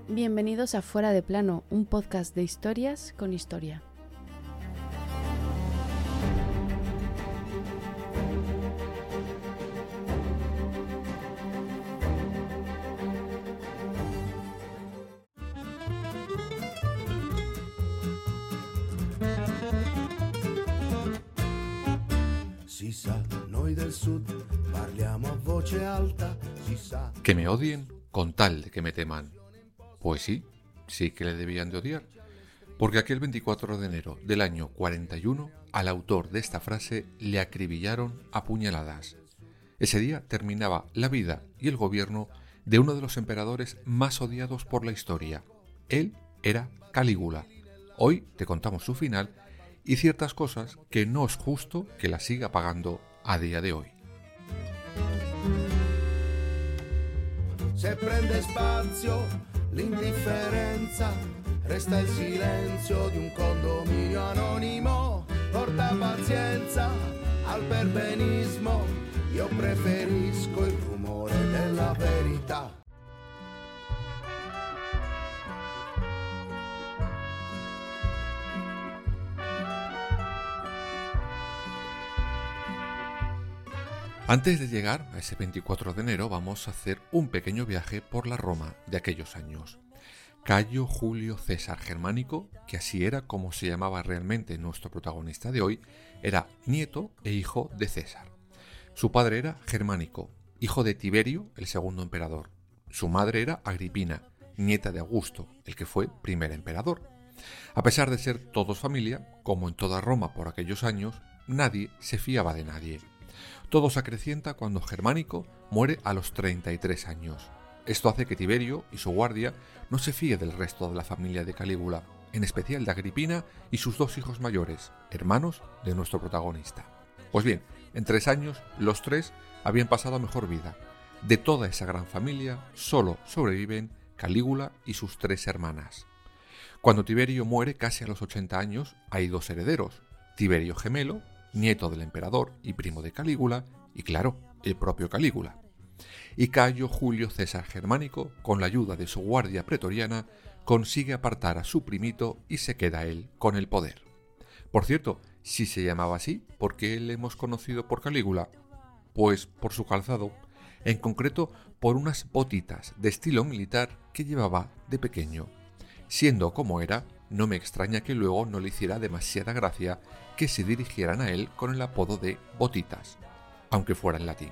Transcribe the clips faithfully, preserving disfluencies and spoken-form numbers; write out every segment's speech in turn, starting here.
Bienvenidos a Fuera de Plano, un podcast de historias con historia. Si sa, noi del sud parliamo a voce alta, si sa. Que me odien con tal de que me teman. Pues sí, sí que le debían de odiar, porque aquel veinticuatro de enero del año cuarenta y uno al autor de esta frase le acribillaron a puñaladas. Ese día terminaba la vida y el gobierno de uno de los emperadores más odiados por la historia. Él era Calígula. Hoy te contamos su final y ciertas cosas que no es justo que la siga pagando a día de hoy. Se prende spazio l'indifferenza, resta il silenzio di un condominio anonimo, porta pazienza al perbenismo, io preferisco il rumore della verità. Antes de llegar a ese veinticuatro de enero vamos a hacer un pequeño viaje por la Roma de aquellos años. Cayo Julio César Germánico, que así era como se llamaba realmente nuestro protagonista de hoy, era nieto e hijo de César. Su padre era Germánico, hijo de Tiberio, el segundo emperador. Su madre era Agripina, nieta de Augusto, el que fue primer emperador. A pesar de ser todos familia, como en toda Roma por aquellos años, nadie se fiaba de nadie. Todo se acrecienta cuando Germánico muere a los treinta y tres años. Esto hace que Tiberio y su guardia no se fíe del resto de la familia de Calígula, en especial de Agripina y sus dos hijos mayores, hermanos de nuestro protagonista. Pues bien, en tres años los tres habían pasado a mejor vida. De toda esa gran familia solo sobreviven Calígula y sus tres hermanas. Cuando Tiberio muere casi a los ochenta años, hay dos herederos, Tiberio gemelo, nieto del emperador y primo de Calígula, y claro, el propio Calígula. Y Cayo Julio César Germánico, con la ayuda de su guardia pretoriana, consigue apartar a su primito y se queda él con el poder. Por cierto, si se llamaba así, ¿por qué le hemos conocido por Calígula? Pues por su calzado, en concreto por unas botitas de estilo militar que llevaba de pequeño. Siendo como era, no me extraña que luego no le hiciera demasiada gracia que se dirigieran a él con el apodo de Botitas, aunque fuera en latín.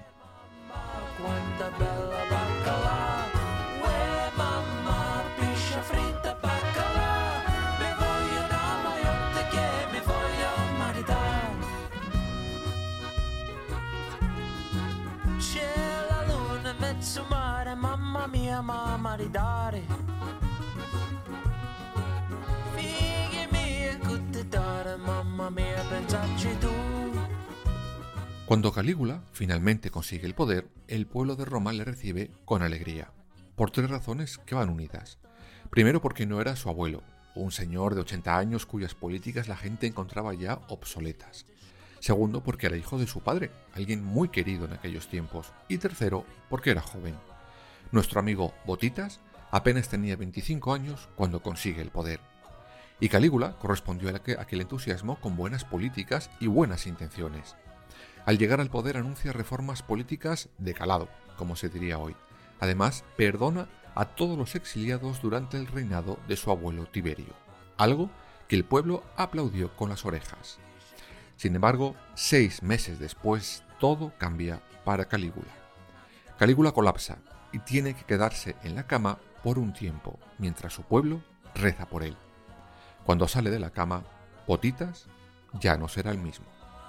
Cuando Calígula finalmente consigue el poder, el pueblo de Roma le recibe con alegría, por tres razones que van unidas. Primero, porque no era su abuelo, un señor de ochenta años cuyas políticas la gente encontraba ya obsoletas. Segundo, porque era hijo de su padre, alguien muy querido en aquellos tiempos. Y tercero, porque era joven. Nuestro amigo Botitas apenas tenía veinticinco años cuando consigue el poder. Y Calígula correspondió a aquel entusiasmo con buenas políticas y buenas intenciones. Al llegar al poder anuncia reformas políticas de calado, como se diría hoy. Además, perdona a todos los exiliados durante el reinado de su abuelo Tiberio, algo que el pueblo aplaudió con las orejas. Sin embargo, seis meses después, todo cambia para Calígula. Calígula colapsa y tiene que quedarse en la cama por un tiempo, mientras su pueblo reza por él. Cuando sale de la cama, Botitas ya no será el mismo.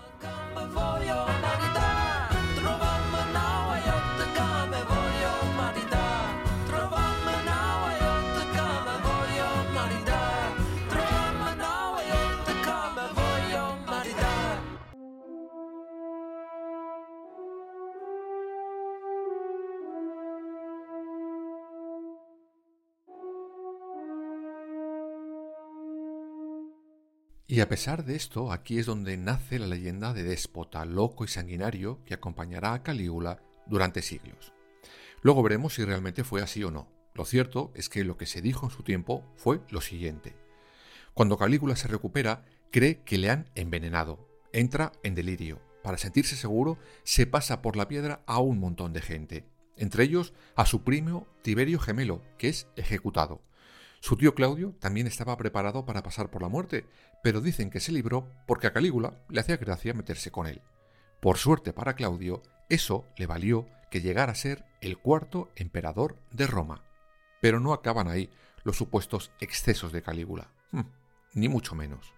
Y a pesar de esto, aquí es donde nace la leyenda de déspota loco y sanguinario que acompañará a Calígula durante siglos. Luego veremos si realmente fue así o no. Lo cierto es que lo que se dijo en su tiempo fue lo siguiente. Cuando Calígula se recupera, cree que le han envenenado. Entra en delirio. Para sentirse seguro, se pasa por la piedra a un montón de gente. Entre ellos a su primo Tiberio Gemelo, que es ejecutado. Su tío Claudio también estaba preparado para pasar por la muerte, pero dicen que se libró porque a Calígula le hacía gracia meterse con él. Por suerte para Claudio, eso le valió que llegara a ser el cuarto emperador de Roma. Pero no acaban ahí los supuestos excesos de Calígula, hm, ni mucho menos.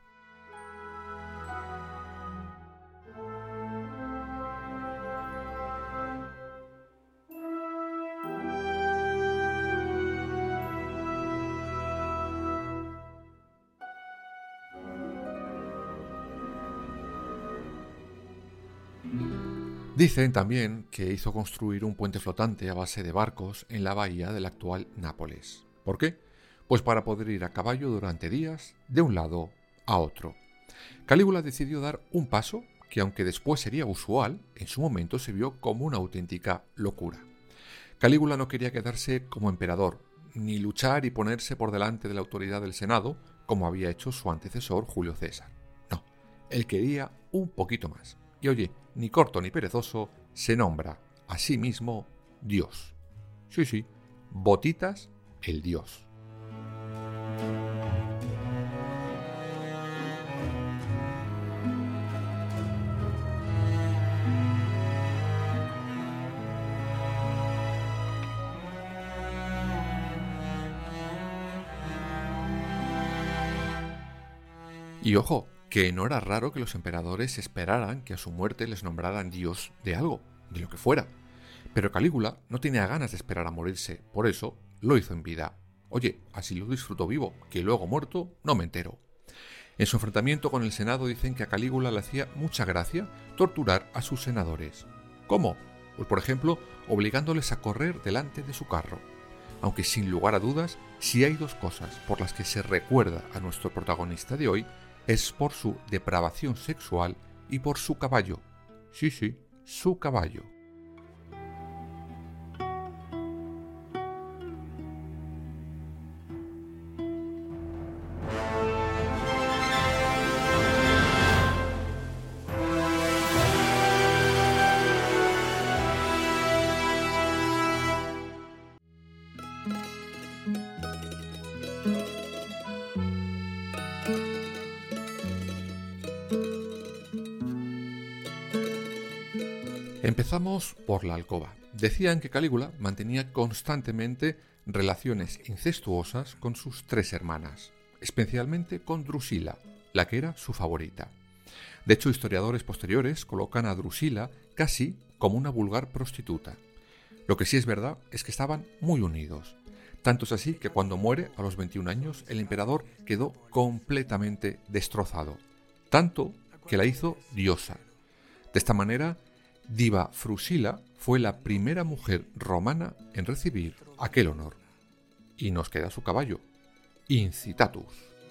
Dicen también que hizo construir un puente flotante a base de barcos en la bahía del actual Nápoles. ¿Por qué? Pues para poder ir a caballo durante días de un lado a otro. Calígula decidió dar un paso que, aunque después sería usual, en su momento se vio como una auténtica locura. Calígula no quería quedarse como emperador, ni luchar y ponerse por delante de la autoridad del Senado, como había hecho su antecesor Julio César. No, él quería un poquito más. Y oye, ni corto ni perezoso, se nombra a sí mismo Dios. Sí, sí, Botitas el Dios. Y ojo, que no era raro que los emperadores esperaran que a su muerte les nombraran dios de algo, de lo que fuera. Pero Calígula no tenía ganas de esperar a morirse, por eso lo hizo en vida. Oye, así lo disfrutó vivo, que luego muerto no me entero. En su enfrentamiento con el Senado dicen que a Calígula le hacía mucha gracia torturar a sus senadores. ¿Cómo? Pues por ejemplo, obligándoles a correr delante de su carro. Aunque sin lugar a dudas, si hay dos cosas por las que se recuerda a nuestro protagonista de hoy, es por su depravación sexual y por su caballo. Sí, sí, su caballo. Empezamos por la alcoba. Decían que Calígula mantenía constantemente relaciones incestuosas con sus tres hermanas, especialmente con Drusila, la que era su favorita. De hecho, historiadores posteriores colocan a Drusila casi como una vulgar prostituta. Lo que sí es verdad es que estaban muy unidos. Tanto es así que cuando muere a los veintiún años, el emperador quedó completamente destrozado. Tanto que la hizo diosa. De esta manera, Diva Frusila fue la primera mujer romana en recibir aquel honor. Y nos queda su caballo, Incitatus.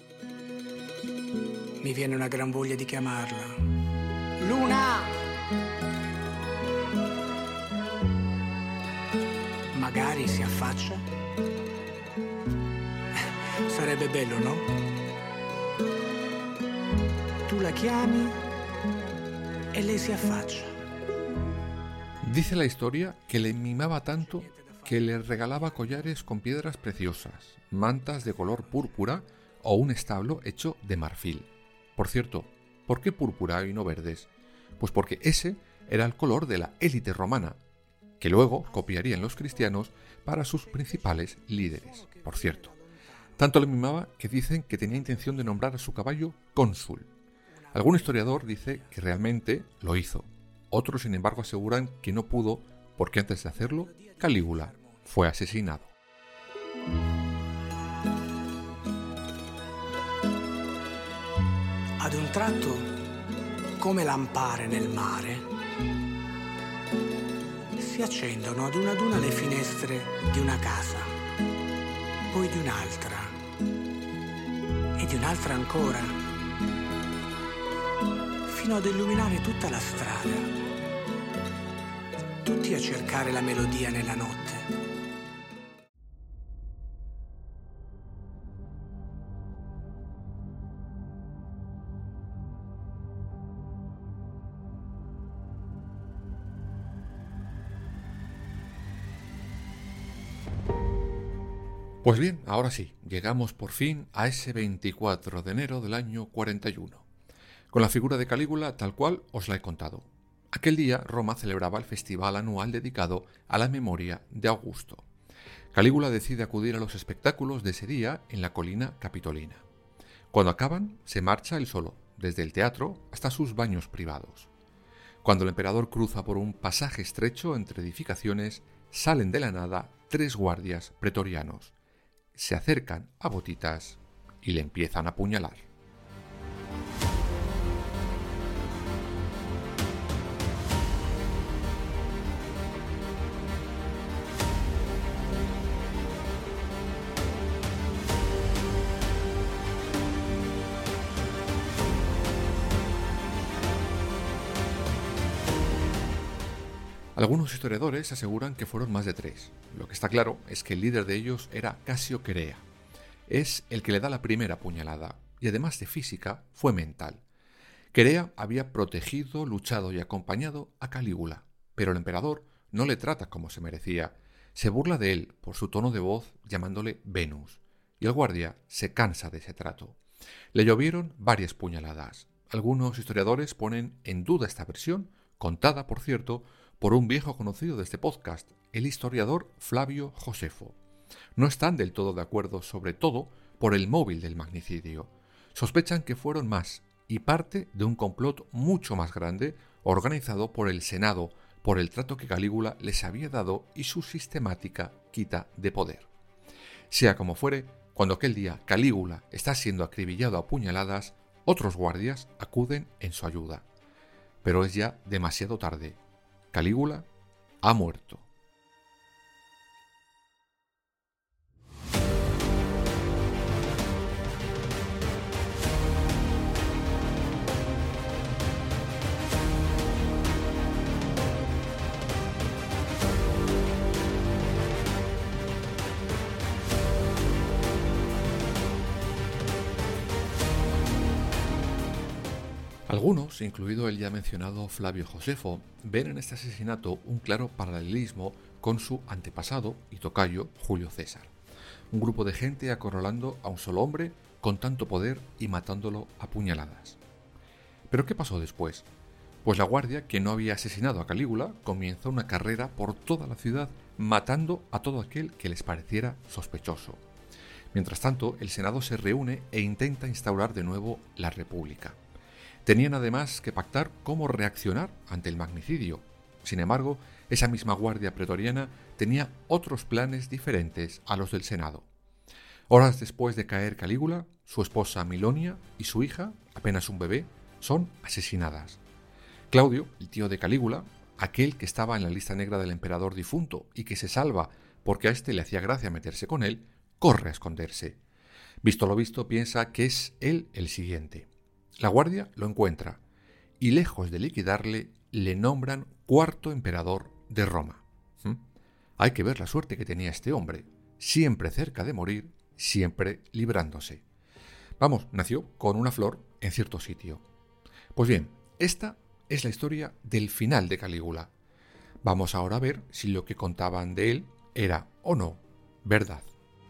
Mi viene una gran voglia di chiamarla. Luna! Magari si affaccia. Sarebbe bello, no? Tu la chiami e lei si affaccia. Dice la historia que le mimaba tanto que le regalaba collares con piedras preciosas, mantas de color púrpura o un establo hecho de marfil. Por cierto, ¿por qué púrpura y no verdes? Pues porque ese era el color de la élite romana, que luego copiarían los cristianos para sus principales líderes. Por cierto, tanto le mimaba que dicen que tenía intención de nombrar a su caballo cónsul. Algún historiador dice que realmente lo hizo. Otros, sin embargo, aseguran que no pudo porque antes de hacerlo, Calígula fue asesinado. Ad un tratto, come lampare nel mare, si accendono ad una ad una le finestre di una casa, poi di un'altra e di un'altra ancora, fino ad illuminare tutta la strada, tutti a cercare la melodia nella notte. Pues bien, ahora sí, llegamos por fin a ese veinticuatro de enero del año cuarenta y uno, con la figura de Calígula tal cual os la he contado. Aquel día Roma celebraba el festival anual dedicado a la memoria de Augusto. Calígula decide acudir a los espectáculos de ese día en la colina capitolina. Cuando acaban, se marcha él solo, desde el teatro hasta sus baños privados. Cuando el emperador cruza por un pasaje estrecho entre edificaciones, salen de la nada tres guardias pretorianos. Se acercan a botitas y le empiezan a apuñalar. Algunos historiadores aseguran que fueron más de tres. Lo que está claro es que el líder de ellos era Casio Querea. Es el que le da la primera puñalada, y además de física, fue mental. Querea había protegido, luchado y acompañado a Calígula, pero el emperador no le trata como se merecía. Se burla de él por su tono de voz llamándole Venus, y el guardia se cansa de ese trato. Le llovieron varias puñaladas. Algunos historiadores ponen en duda esta versión, contada, por cierto, por un viejo conocido de este podcast, el historiador Flavio Josefo. No están del todo de acuerdo, sobre todo por el móvil del magnicidio. Sospechan que fueron más y parte de un complot mucho más grande organizado por el Senado por el trato que Calígula les había dado y su sistemática quita de poder. Sea como fuere, cuando aquel día Calígula está siendo acribillado a puñaladas, otros guardias acuden en su ayuda. Pero es ya demasiado tarde. Calígula ha muerto. Algunos, incluido el ya mencionado Flavio Josefo, ven en este asesinato un claro paralelismo con su antepasado y tocayo Julio César. Un grupo de gente acorralando a un solo hombre con tanto poder y matándolo a puñaladas. ¿Pero qué pasó después? Pues la guardia, que no había asesinado a Calígula, comienza una carrera por toda la ciudad matando a todo aquel que les pareciera sospechoso. Mientras tanto, el Senado se reúne e intenta instaurar de nuevo la República. Tenían además que pactar cómo reaccionar ante el magnicidio. Sin embargo, esa misma guardia pretoriana tenía otros planes diferentes a los del Senado. Horas después de caer Calígula, su esposa Milonia y su hija, apenas un bebé, son asesinadas. Claudio, el tío de Calígula, aquel que estaba en la lista negra del emperador difunto y que se salva porque a este le hacía gracia meterse con él, corre a esconderse. Visto lo visto, piensa que es él el siguiente. La guardia lo encuentra y, lejos de liquidarle, le nombran cuarto emperador de Roma. ¿Mm? Hay que ver la suerte que tenía este hombre, siempre cerca de morir, siempre librándose. Vamos, nació con una flor en cierto sitio. Pues bien, esta es la historia del final de Calígula. Vamos ahora a ver si lo que contaban de él era o no verdad.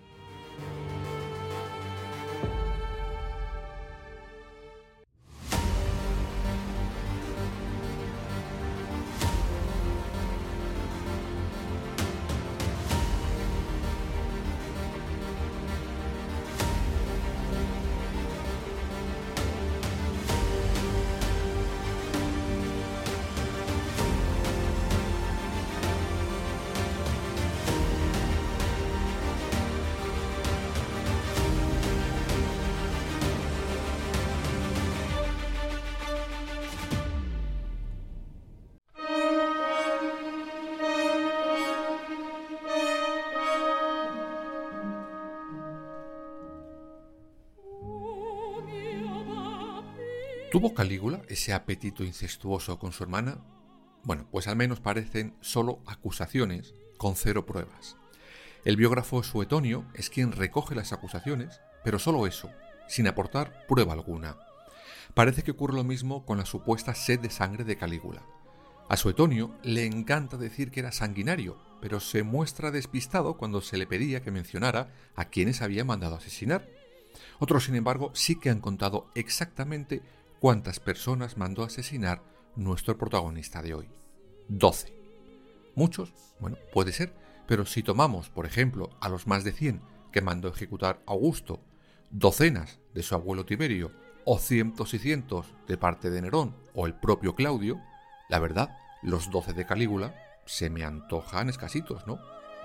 ¿Tuvo Calígula ese apetito incestuoso con su hermana? Bueno, pues al menos parecen solo acusaciones con cero pruebas. El biógrafo Suetonio es quien recoge las acusaciones, pero solo eso, sin aportar prueba alguna. Parece que ocurre lo mismo con la supuesta sed de sangre de Calígula. A Suetonio le encanta decir que era sanguinario, pero se muestra despistado cuando se le pedía que mencionara a quienes había mandado asesinar. Otros, sin embargo, sí que han contado exactamente cuántas personas mandó asesinar nuestro protagonista de hoy. doce. Muchos, bueno, puede ser, pero si tomamos, por ejemplo, a los más de cien que mandó ejecutar Augusto, docenas de su abuelo Tiberio, o cientos y cientos de parte de Nerón o el propio Claudio, la verdad, los doce de Calígula se me antojan escasitos, ¿no?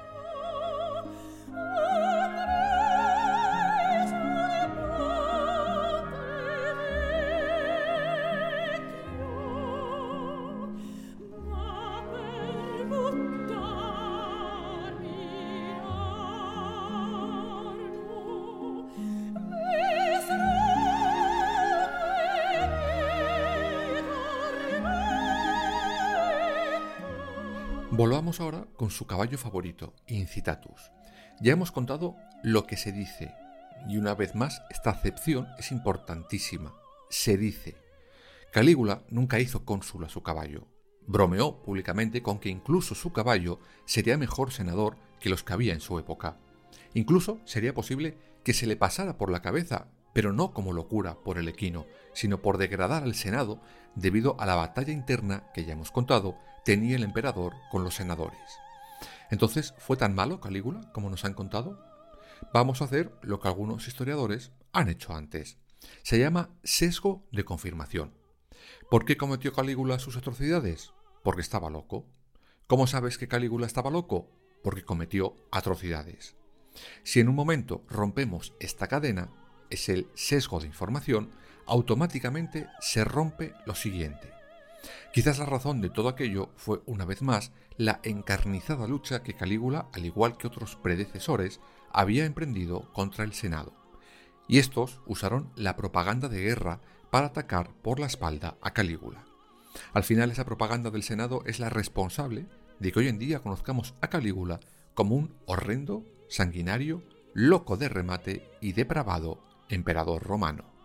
Volvamos ahora con su caballo favorito, Incitatus. Ya hemos contado lo que se dice, y una vez más esta acepción es importantísima. Se dice. Calígula nunca hizo cónsul a su caballo. Bromeó públicamente con que incluso su caballo sería mejor senador que los que había en su época. Incluso sería posible que se le pasara por la cabeza, pero no como locura por el equino, sino por degradar al Senado debido a la batalla interna que ya hemos contado tenía el emperador con los senadores. Entonces, ¿fue tan malo Calígula como nos han contado? Vamos a hacer lo que algunos historiadores han hecho antes. Se llama sesgo de confirmación. ¿Por qué cometió Calígula sus atrocidades? Porque estaba loco. ¿Cómo sabes que Calígula estaba loco? Porque cometió atrocidades. Si en un momento rompemos esta cadena, es el sesgo de información, automáticamente se rompe lo siguiente. Quizás la razón de todo aquello fue, una vez más, la encarnizada lucha que Calígula, al igual que otros predecesores, había emprendido contra el Senado. Y estos usaron la propaganda de guerra para atacar por la espalda a Calígula. Al final, esa propaganda del Senado es la responsable de que hoy en día conozcamos a Calígula como un horrendo, sanguinario, loco de remate y depravado emperador romano.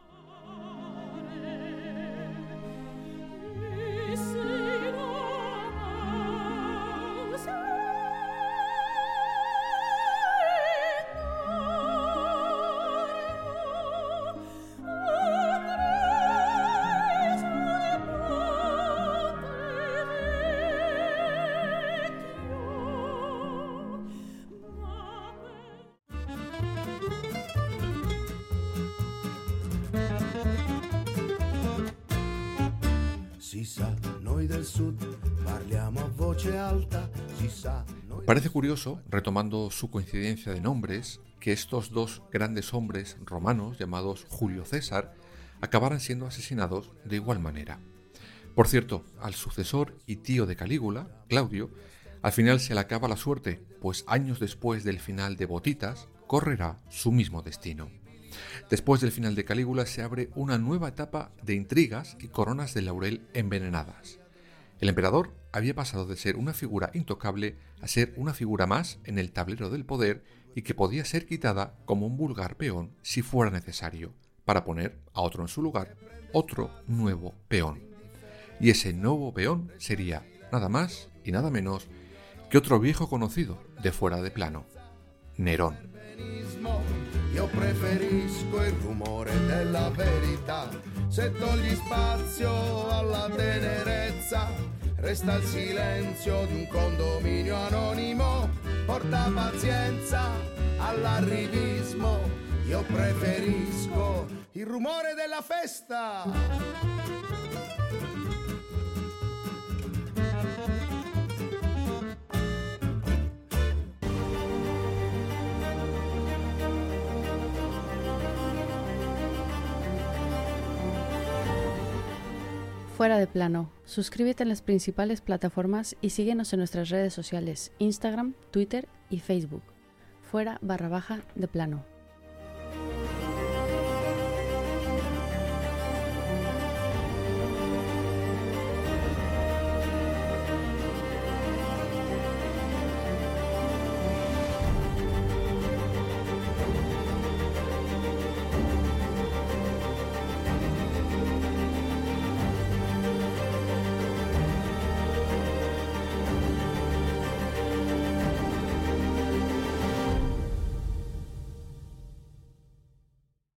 Si sa, noi del sud parliamo a voce alta, si sa, noi... Parece curioso, retomando su coincidencia de nombres, que estos dos grandes hombres romanos llamados Julio César acabaran siendo asesinados de igual manera. Por cierto, al sucesor y tío de Calígula, Claudio, al final se le acaba la suerte, pues años después del final de Botitas, correrá su mismo destino. Después del final de Calígula se abre una nueva etapa de intrigas y coronas de laurel envenenadas. El emperador había pasado de ser una figura intocable a ser una figura más en el tablero del poder y que podía ser quitada como un vulgar peón si fuera necesario, para poner a otro en su lugar, otro nuevo peón. Y ese nuevo peón sería nada más y nada menos que otro viejo conocido de Fuera de Plano, Nerón. Io preferisco il rumore della verità, se togli spazio alla tenerezza, resta il silenzio di un condominio anonimo, porta pazienza all'arrivismo, io preferisco il rumore della festa. Fuera de Plano. Suscríbete en las principales plataformas y síguenos en nuestras redes sociales, Instagram, Twitter y Facebook. Fuera barra baja de plano.